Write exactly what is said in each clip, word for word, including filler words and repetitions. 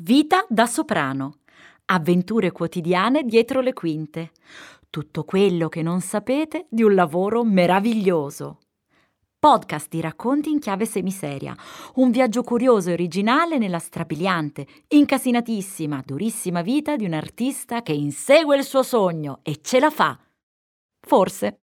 Vita da soprano. Avventure quotidiane dietro le quinte. Tutto quello che non sapete di un lavoro meraviglioso. Podcast di racconti in chiave semiseria. Un viaggio curioso e originale nella strabiliante, incasinatissima, durissima vita di un artista che insegue il suo sogno e ce la fa. Forse.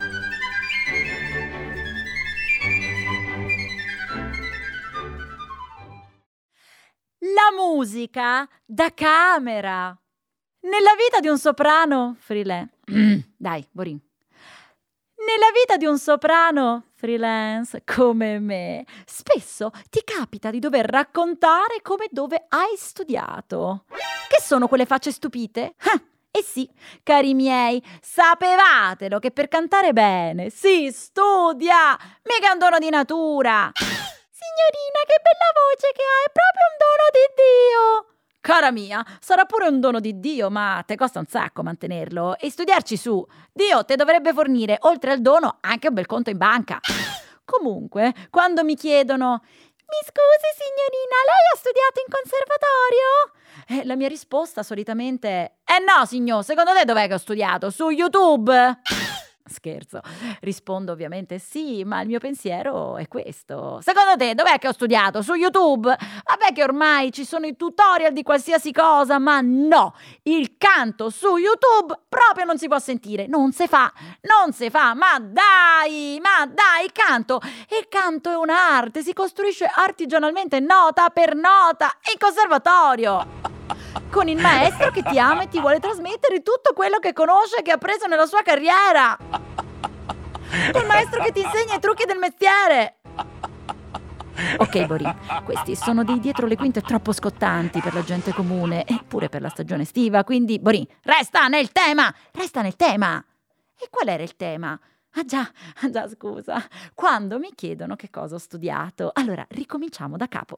La musica da camera. Nella vita di un soprano freelance. Dai, Borin. Nella vita di un soprano freelance come me, spesso ti capita di dover raccontare come e dove hai studiato. Che sono quelle facce stupite? Ah, eh sì, cari miei, sapevatelo che per cantare bene si studia, mica è un dono di natura. Signorina, che bella voce che ha, è proprio un dono di Dio! Cara mia, sarà pure un dono di Dio, ma te costa un sacco mantenerlo e studiarci su. Dio te dovrebbe fornire, oltre al dono, anche un bel conto in banca. Comunque, quando mi chiedono «Mi scusi signorina, lei ha studiato in conservatorio?» Eh, la mia risposta solitamente è «Eh no signor, secondo te dov'è che ho studiato? Su YouTube?» Scherzo, rispondo ovviamente sì, ma il mio pensiero è questo. Secondo te dov'è che ho studiato? Su YouTube? Vabbè che ormai ci sono i tutorial di qualsiasi cosa, ma no, il canto su YouTube proprio non si può sentire, non si fa, non si fa, ma dai, ma dai, il canto, il canto è un'arte, si costruisce artigianalmente nota per nota in conservatorio. Con il maestro che ti ama e ti vuole trasmettere tutto quello che conosce e che ha preso nella sua carriera. Col maestro che ti insegna i trucchi del mestiere. Ok, Borin, questi sono dei dietro le quinte troppo scottanti per la gente comune e pure per la stagione estiva, quindi, Borin, resta nel tema, resta nel tema. E qual era il tema? Ah già, ah già, scusa. Quando mi chiedono che cosa ho studiato, allora ricominciamo da capo.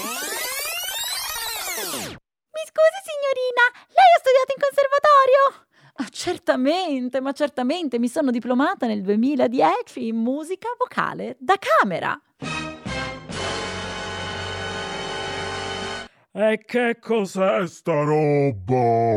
Mi scusi signorina, lei ha studiato in conservatorio? Ah, certamente, ma certamente, mi sono diplomata nel duemiladieci in musica vocale da camera. E che cos'è sta roba?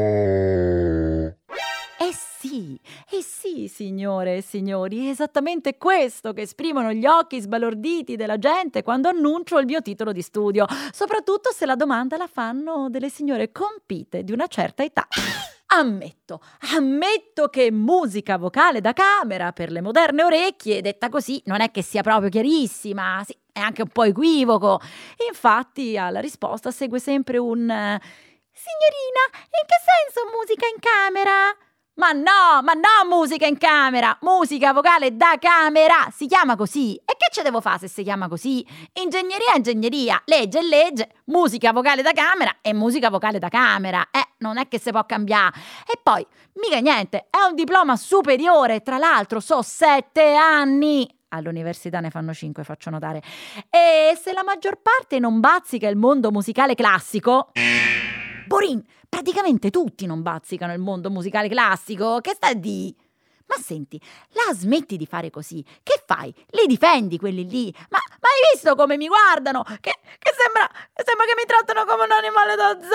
Eh sì, eh sì, signore e signori, è esattamente questo che esprimono gli occhi sbalorditi della gente quando annuncio il mio titolo di studio, soprattutto se la domanda la fanno delle signore compite di una certa età. Ammetto, ammetto che musica vocale da camera per le moderne orecchie, detta così, non è che sia proprio chiarissima, sì, è anche un po' equivoco. Infatti alla risposta segue sempre un signorina, in che senso musica in camera? Ma no, ma no musica in camera, musica vocale da camera, si chiama così. E che ce devo fare se si chiama così? Ingegneria è ingegneria, legge è legge, musica vocale da camera e musica vocale da camera. Eh, non è che si può cambiare. E poi, mica niente, è un diploma superiore, tra l'altro so sette anni. All'università ne fanno cinque, faccio notare. E se la maggior parte non bazzica il mondo musicale classico... Borin, praticamente tutti non bazzicano il mondo musicale classico, che sta di? Ma senti, la smetti di fare così, che fai? Li difendi quelli lì? Ma, ma hai visto come mi guardano? Che, che sembra, sembra che mi trattano come un animale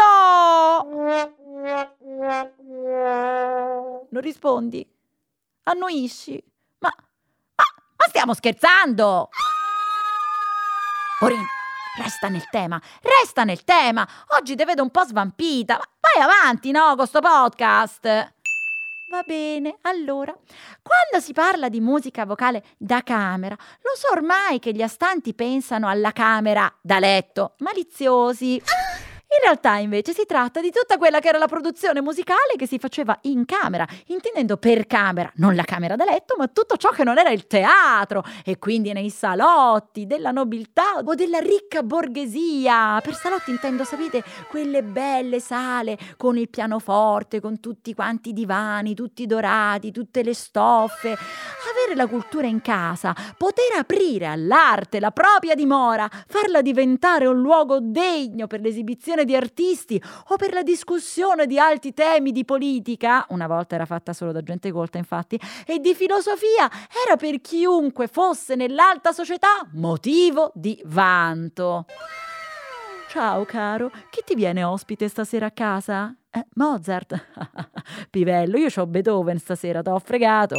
da zoo! Non rispondi? Annuisci? Ma, ma, ma stiamo scherzando? Borin, resta nel tema, resta nel tema. Oggi te vedo un po' svampita. Vai avanti, no, con sto podcast. Va bene, allora, quando si parla di musica vocale da camera, lo so ormai che gli astanti pensano alla camera da letto, maliziosi. In realtà invece si tratta di tutta quella che era la produzione musicale che si faceva in camera, intendendo per camera, non la camera da letto, ma tutto ciò che non era il teatro e quindi nei salotti della nobiltà o della ricca borghesia. Per salotti intendo, sapete, quelle belle sale con il pianoforte, con tutti quanti i divani, tutti dorati, tutte le stoffe. Avere la cultura in casa, poter aprire all'arte la propria dimora, farla diventare un luogo degno per l'esibizione di artisti o per la discussione di alti temi di politica, una volta era fatta solo da gente colta infatti, e di filosofia, era per chiunque fosse nell'alta società motivo di vanto. Ciao caro, chi ti viene ospite stasera a casa? Eh, Mozart. Pivello, io c'ho Beethoven stasera, t'ho fregato.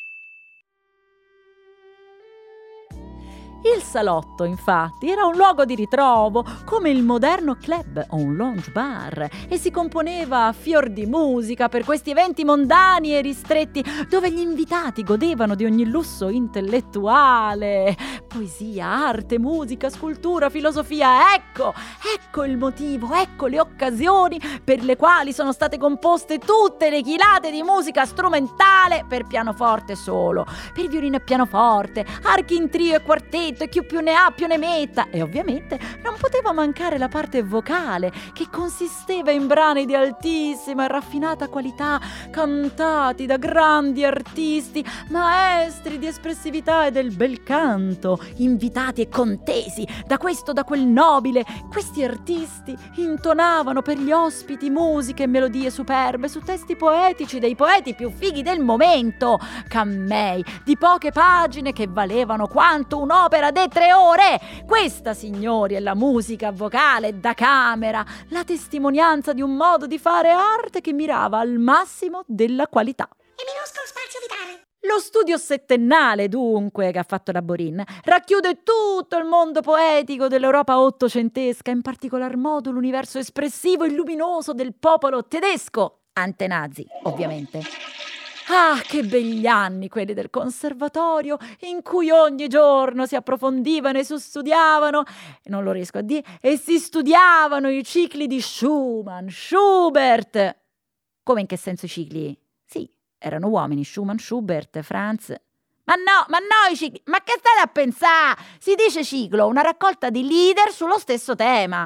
Il salotto, infatti, era un luogo di ritrovo, come il moderno club o un lounge bar, e si componeva a fior di musica per questi eventi mondani e ristretti, dove gli invitati godevano di ogni lusso intellettuale. Poesia, arte, musica, scultura, filosofia, ecco, ecco il motivo, ecco le occasioni per le quali sono state composte tutte le chilate di musica strumentale per pianoforte solo, per violino e pianoforte, archi in trio e quartetto, e chi più ne ha più ne metta, e ovviamente non poteva mancare la parte vocale, che consisteva in brani di altissima e raffinata qualità cantati da grandi artisti, maestri di espressività e del bel canto, invitati e contesi da questo da quel nobile. Questi artisti intonavano per gli ospiti musiche e melodie superbe su testi poetici dei poeti più fighi del momento, cammei di poche pagine che valevano quanto un'opera de tre ore. Questa, signori, è la musica vocale da camera, la testimonianza di un modo di fare arte che mirava al massimo della qualità. E minuscolo spazio vitale. Lo studio settennale, dunque, che ha fatto la Borin, racchiude tutto il mondo poetico dell'Europa ottocentesca, in particolar modo l'universo espressivo e luminoso del popolo tedesco, antenazi, ovviamente. Ah, che begli anni quelli del conservatorio, in cui ogni giorno si approfondivano e si studiavano, non lo riesco a dire, e si studiavano i cicli di Schumann, Schubert. Come in che senso i cicli? Sì, erano uomini, Schumann, Schubert, Franz. Ma no, ma no i cicli, ma che state a pensare? Si dice ciclo, una raccolta di leader sullo stesso tema.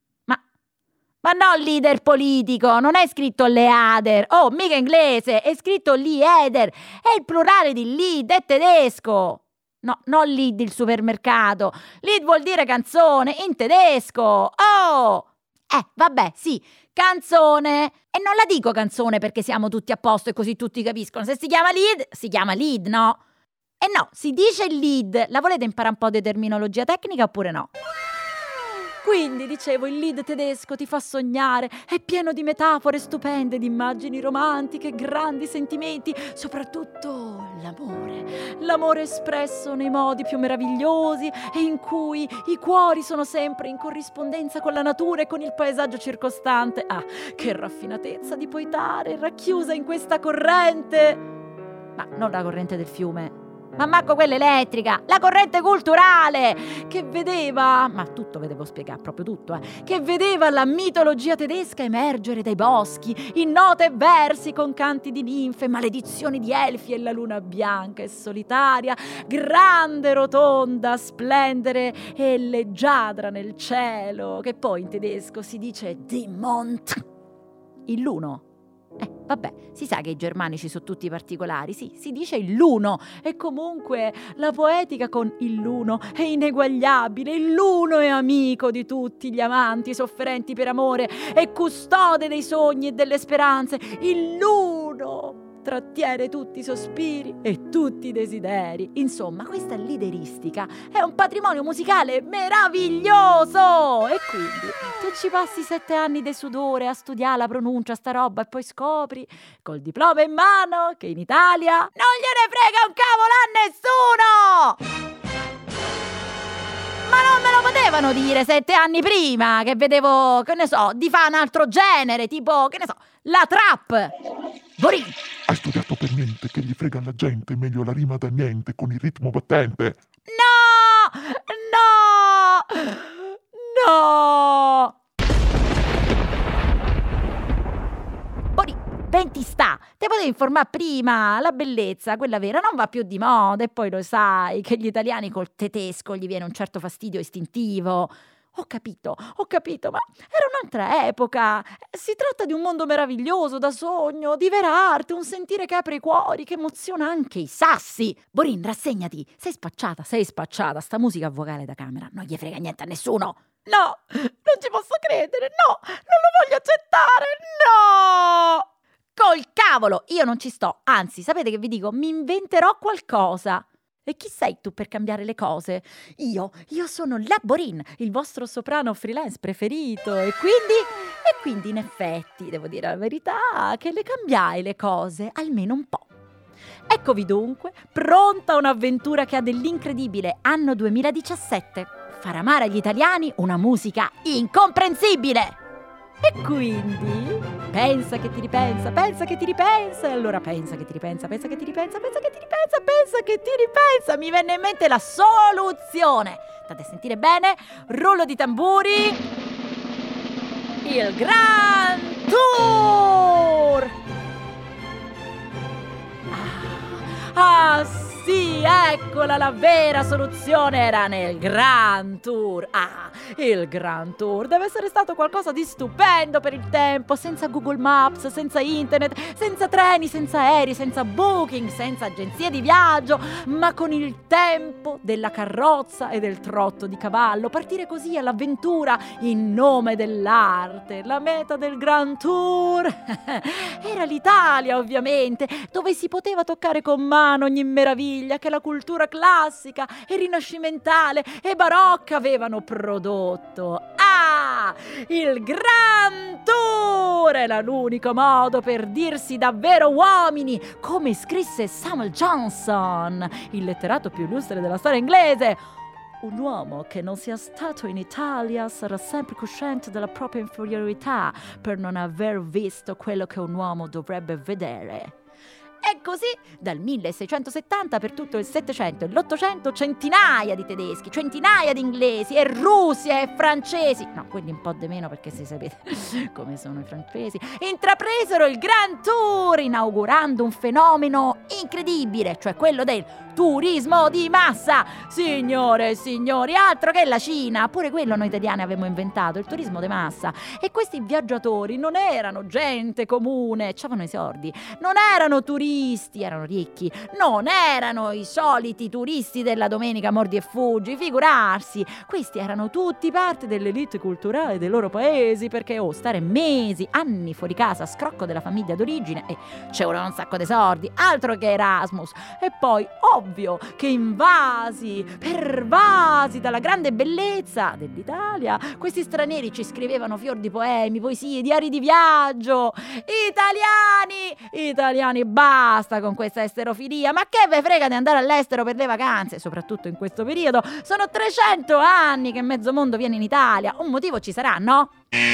Ma no, leader politico, non è scritto leader, oh, mica inglese, è scritto lieder, è il plurale di lead, è tedesco. No, non lead il supermercato, lead vuol dire canzone, in tedesco, oh! Eh, vabbè, sì, canzone, e non la dico canzone perché siamo tutti a posto e così tutti capiscono, se si chiama lead, si chiama lead, no? E no, si dice lead, la volete imparare un po' di terminologia tecnica oppure no? Quindi, dicevo, il lead tedesco ti fa sognare, è pieno di metafore stupende, di immagini romantiche, grandi sentimenti, soprattutto l'amore. L'amore espresso nei modi più meravigliosi e in cui i cuori sono sempre in corrispondenza con la natura e con il paesaggio circostante. Ah, che raffinatezza di poetare, racchiusa in questa corrente! Ma non la corrente del fiume, ma manco quella elettrica, la corrente culturale, che vedeva, ma tutto vedevo spiegare, proprio tutto, eh, che vedeva la mitologia tedesca emergere dai boschi, in note e versi con canti di ninfe, maledizioni di elfi e la luna bianca e solitaria, grande, rotonda, splendere e leggiadra nel cielo, che poi in tedesco si dice die Mond, il luno. Eh, vabbè, si sa che i germanici sono tutti particolari, sì, si dice il luno, e comunque la poetica con il luno è ineguagliabile, il luno è amico di tutti gli amanti sofferenti per amore, è custode dei sogni e delle speranze, il luno trattiene tutti i sospiri e tutti i desideri. Insomma, questa lideristica è un patrimonio musicale meraviglioso, e quindi tu ci passi sette anni di sudore a studiare la pronuncia, sta roba, e poi scopri col diploma in mano che in Italia non gliene frega un cavolo a nessuno! Ma non me lo potevano dire sette anni prima, che vedevo, che ne so, di fare un altro genere, tipo, che ne so, la trap. Borin! Hai studiato per niente, che gli frega alla gente, meglio la rima da niente con il ritmo battente. No! No! No! Borin, venti sta, te potevi informare prima, la bellezza, quella vera, non va più di moda, e poi lo sai che gli italiani col tedesco gli viene un certo fastidio istintivo. Ho capito, ho capito, ma era un'altra epoca. Si tratta di un mondo meraviglioso, da sogno, di vera arte, un sentire che apre i cuori, che emoziona anche i sassi. Borin, rassegnati, sei spacciata, sei spacciata, sta musica vocale da camera non gli frega niente a nessuno. No, non ci posso credere, no, non lo voglio accettare, no! Col cavolo, io non ci sto, anzi, sapete che vi dico, mi inventerò qualcosa. E chi sei tu per cambiare le cose? Io, io sono la Borin, il vostro soprano freelance preferito e quindi, e quindi in effetti, devo dire la verità, che le cambiai le cose, almeno un po'. Eccovi dunque, pronta un'avventura che ha dell'incredibile, anno duemiladiciassette, far amare agli italiani una musica incomprensibile! E quindi, pensa che ti ripensa, pensa che ti ripensa, e allora pensa che ti ripensa, pensa che ti ripensa, pensa che ti ripensa, pensa che ti ripensa, mi venne in mente la soluzione. State a sentire bene, rullo di tamburi, il Grand Tour! Ah, ah sì, eccola la vera soluzione, era nel Grand Tour. Ah, il Grand Tour deve essere stato qualcosa di stupendo per il tempo, senza Google Maps, senza internet, senza treni, senza aerei, senza booking, senza agenzie di viaggio, ma con il tempo della carrozza e del trotto di cavallo, partire così all'avventura in nome dell'arte. La meta del Grand Tour era l'Italia, ovviamente, dove si poteva toccare con mano ogni meraviglia che la cultura classica e rinascimentale e barocca avevano prodotto. Ah! Il Grand Tour era l'unico modo per dirsi davvero uomini, come scrisse Samuel Johnson, il letterato più illustre della storia inglese. Un uomo che non sia stato in Italia sarà sempre cosciente della propria inferiorità per non aver visto quello che un uomo dovrebbe vedere. E così, dal milleseicentosettanta per tutto il Settecento e l'Ottocento, centinaia di tedeschi, centinaia di inglesi e russi e francesi, no, quelli un po' di meno perché si sapete come sono i francesi, intrapresero il Grand Tour, inaugurando un fenomeno incredibile, cioè quello del turismo di massa. Signore e signori, altro che la Cina, pure quello noi italiani avevamo inventato, il turismo di massa. E questi viaggiatori non erano gente comune, c'avevano i soldi, non erano turisti, erano ricchi, non erano i soliti turisti della domenica mordi e fuggi, figurarsi, questi erano tutti parte dell'elite culturale dei loro paesi, perché oh, stare mesi, anni fuori casa a scrocco della famiglia d'origine e ci volevano un sacco di soldi, altro che Erasmus. E poi ovvio che invasi, pervasi dalla grande bellezza dell'Italia, questi stranieri ci scrivevano fior di poemi, poesie, diari di viaggio. Italiani, italiani, basta con questa esterofilia, ma che ve frega di andare all'estero per le vacanze, soprattutto in questo periodo? Sono trecento anni che mezzo mondo viene in Italia, un motivo ci sarà, no?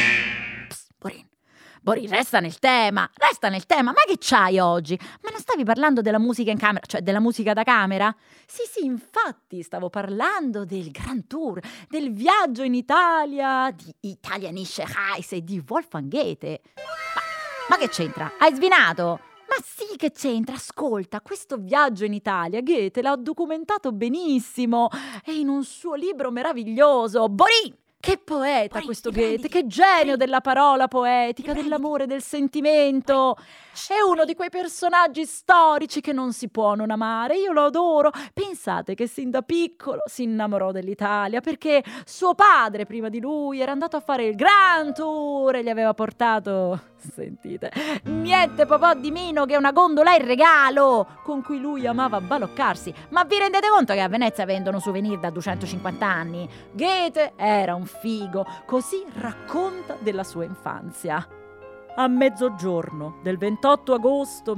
Psst, Borin. Borin, resta nel tema, resta nel tema, ma che c'hai oggi? Ma non stavi parlando della musica in camera, cioè della musica da camera? Sì, sì, infatti stavo parlando del Grand Tour, del viaggio in Italia, di Italienische Reise e di Wolfgang Goethe. Ma, ma che c'entra? Hai svinato? Ma sì che c'entra, ascolta, questo viaggio in Italia Goethe l'ha documentato benissimo e in un suo libro meraviglioso. Borin! Che poeta Borin, questo Goethe, che genio della parola poetica, dell'amore, del sentimento. È uno di quei personaggi storici che non si può non amare, io lo adoro. Pensate che sin da piccolo si innamorò dell'Italia perché suo padre prima di lui era andato a fare il Grand Tour e gli aveva portato, sentite, niente po' di meno che una gondola in regalo con cui lui amava baloccarsi. Ma vi rendete conto che a Venezia vendono souvenir da duecentocinquanta anni? Goethe era un figo, così racconta della sua infanzia. A mezzogiorno del ventotto agosto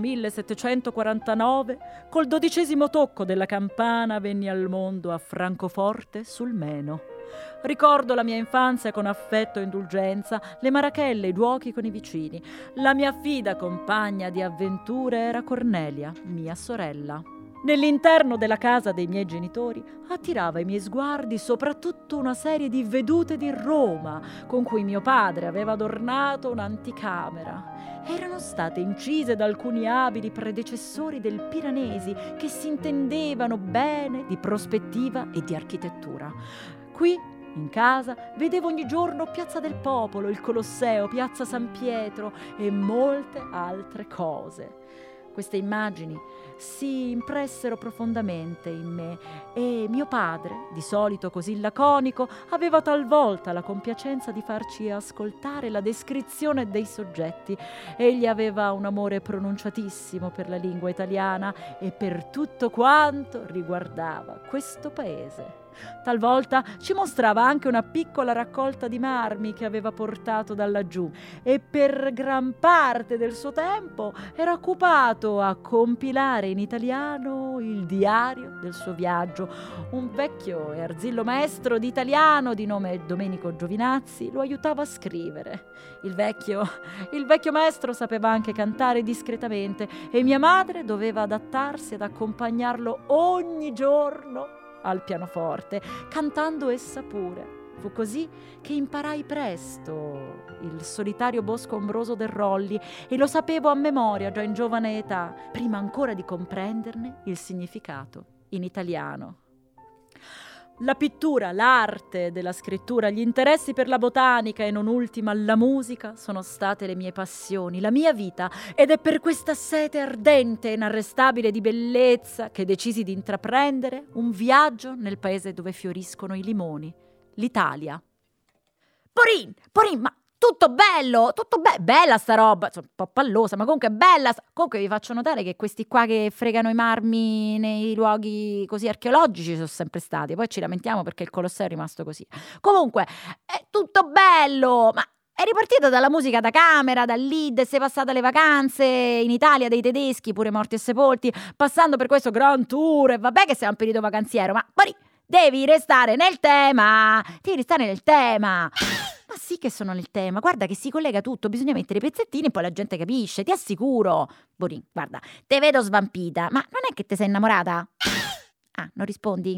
millesettecentoquarantanove, col dodicesimo tocco della campana, venni al mondo a Francoforte sul Meno. Ricordo la mia infanzia con affetto e indulgenza, le marachelle, i duochi con i vicini. La mia fida compagna di avventure era Cornelia, mia sorella. Nell'interno della casa dei miei genitori attirava i miei sguardi soprattutto una serie di vedute di Roma con cui mio padre aveva adornato un'anticamera. Erano state incise da alcuni abili predecessori del Piranesi che si intendevano bene di prospettiva e di architettura. Qui, in casa, vedevo ogni giorno Piazza del Popolo, il Colosseo, Piazza San Pietro e molte altre cose. Queste immagini si impressero profondamente in me e mio padre, di solito così laconico, aveva talvolta la compiacenza di farci ascoltare la descrizione dei soggetti. Egli aveva un amore pronunciatissimo per la lingua italiana e per tutto quanto riguardava questo paese. Talvolta ci mostrava anche una piccola raccolta di marmi che aveva portato da laggiù e per gran parte del suo tempo era occupato a compilare in italiano il diario del suo viaggio. Un vecchio e arzillo maestro di italiano di nome Domenico Giovinazzi lo aiutava a scrivere. Il vecchio, il vecchio maestro sapeva anche cantare discretamente e mia madre doveva adattarsi ad accompagnarlo ogni giorno al pianoforte, cantando essa pure. Fu così che imparai presto il solitario bosco ombroso del Rolli e lo sapevo a memoria già in giovane età, prima ancora di comprenderne il significato in italiano. La pittura, l'arte della scrittura, gli interessi per la botanica e non ultima la musica sono state le mie passioni, la mia vita, ed è per questa sete ardente e inarrestabile di bellezza che decisi di intraprendere un viaggio nel paese dove fioriscono i limoni, l'Italia. Porin, Porin, ma tutto bello, tutto be- bella sta roba, insomma, un po' pallosa, ma comunque bella. Comunque vi faccio notare che questi qua che fregano i marmi nei luoghi così archeologici sono sempre stati, poi ci lamentiamo perché il Colosseo è rimasto così. Comunque, è tutto bello, ma è ripartita dalla musica da camera, dal lead, sei passata le vacanze in Italia dei tedeschi, pure morti e sepolti, passando per questo grand tour, e vabbè che sei un periodo vacanziero, ma poi devi restare nel tema, devi restare nel tema. Ma sì che sono nel tema, guarda che si collega tutto, bisogna mettere i pezzettini e poi la gente capisce, ti assicuro. Borin, guarda, te vedo svampita, ma non è che te sei innamorata? Ah, non rispondi?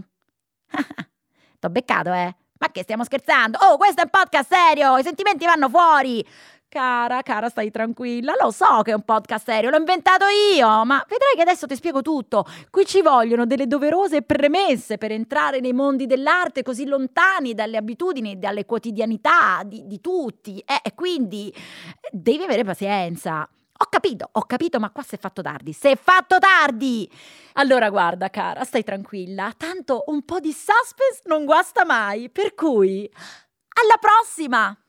T'ho beccato, eh? Ma che stiamo scherzando? Oh, questo è un podcast serio, i sentimenti vanno fuori. Cara, cara, stai tranquilla, lo so che è un podcast serio, l'ho inventato io, ma vedrai che adesso ti spiego tutto. Qui ci vogliono delle doverose premesse per entrare nei mondi dell'arte così lontani dalle abitudini, dalle quotidianità di, di tutti, e eh, quindi devi avere pazienza. Ho capito, ho capito, ma qua si è fatto tardi, si è fatto tardi! Allora guarda, cara, stai tranquilla, tanto un po' di suspense non guasta mai, per cui alla prossima!